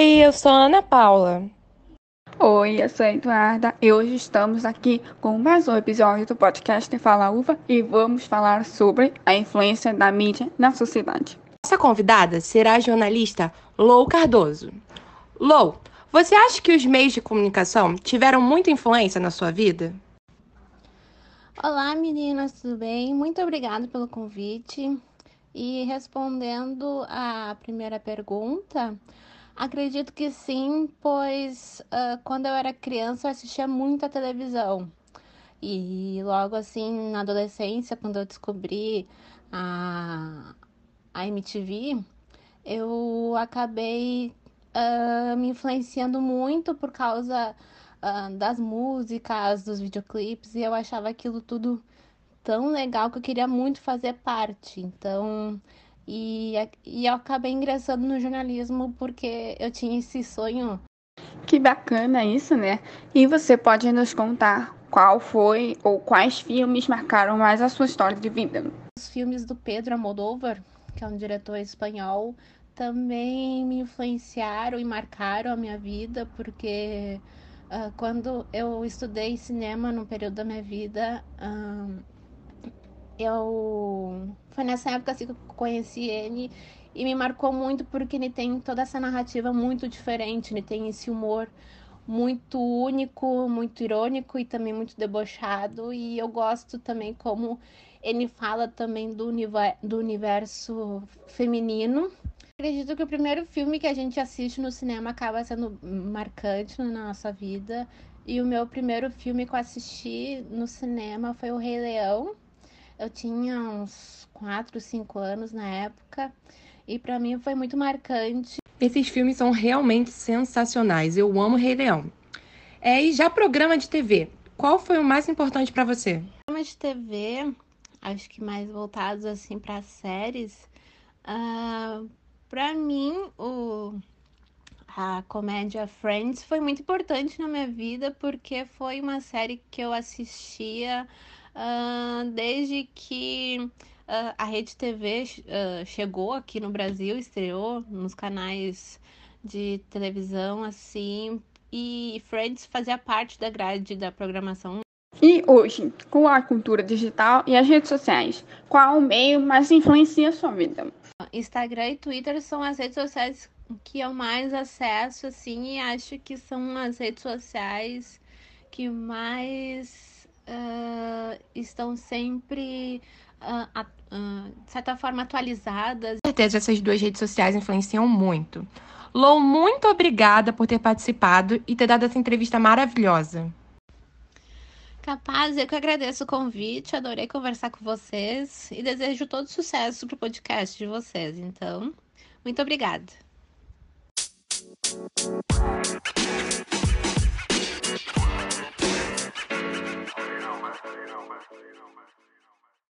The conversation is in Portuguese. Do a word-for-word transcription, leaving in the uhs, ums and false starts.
Oi, eu sou a Ana Paula. Oi, eu sou a Eduarda e hoje estamos aqui com mais um episódio do podcast Fala Uva e vamos falar sobre a influência da mídia na sociedade. Nossa convidada será a jornalista Lou Cardoso. Lou, você acha que os meios de comunicação tiveram muita influência na sua vida? Olá, meninas, tudo bem? Muito obrigada pelo convite. E respondendo à primeira pergunta, acredito que sim, pois uh, quando eu era criança eu assistia muito a televisão. E logo assim, na adolescência, quando eu descobri a, a M T V, eu acabei uh, me influenciando muito por causa uh, das músicas, dos videoclipes, e eu achava aquilo tudo tão legal que eu queria muito fazer parte. Então, e, e eu acabei ingressando no jornalismo porque eu tinha esse sonho. Que bacana isso, né? E você pode nos contar qual foi ou quais filmes marcaram mais a sua história de vida? Os filmes do Pedro Almodóvar, que é um diretor espanhol, também me influenciaram e marcaram a minha vida, porque uh, quando eu estudei cinema no período da minha vida, uh, eu foi nessa época assim, que eu conheci ele e me marcou muito porque ele tem toda essa narrativa muito diferente, ele tem esse humor muito único, muito irônico e também muito debochado, e eu gosto também como ele fala também do, univer do universo feminino. Acredito que o primeiro filme que a gente assiste no cinema acaba sendo marcante na nossa vida, e o meu primeiro filme que eu assisti no cinema foi O Rei Leão. Eu tinha uns quatro, cinco anos na época e para mim foi muito marcante. Esses filmes são realmente sensacionais. Eu amo Rei Leão. É, e já programa de T V, qual foi o mais importante para você? Programas de T V, acho que mais voltados assim para séries. Uh, para mim, o, a comédia Friends foi muito importante na minha vida porque foi uma série que eu assistia uh, desde que uh, a Rede T V uh, chegou aqui no Brasil, estreou nos canais de televisão, assim, e Friends fazia parte da grade da programação. E hoje, com a cultura digital e as redes sociais, qual o meio mais influencia a sua vida? Instagram e Twitter são as redes sociais que eu mais acesso, assim, e acho que são as redes sociais que mais uh, estão sempre, uh, uh, de certa forma, atualizadas. Com certeza, essas duas redes sociais influenciam muito. Lou, muito obrigada por ter participado e ter dado essa entrevista maravilhosa. Capaz, eu que agradeço o convite, adorei conversar com vocês e desejo todo sucesso pro podcast de vocês. Então, muito obrigada.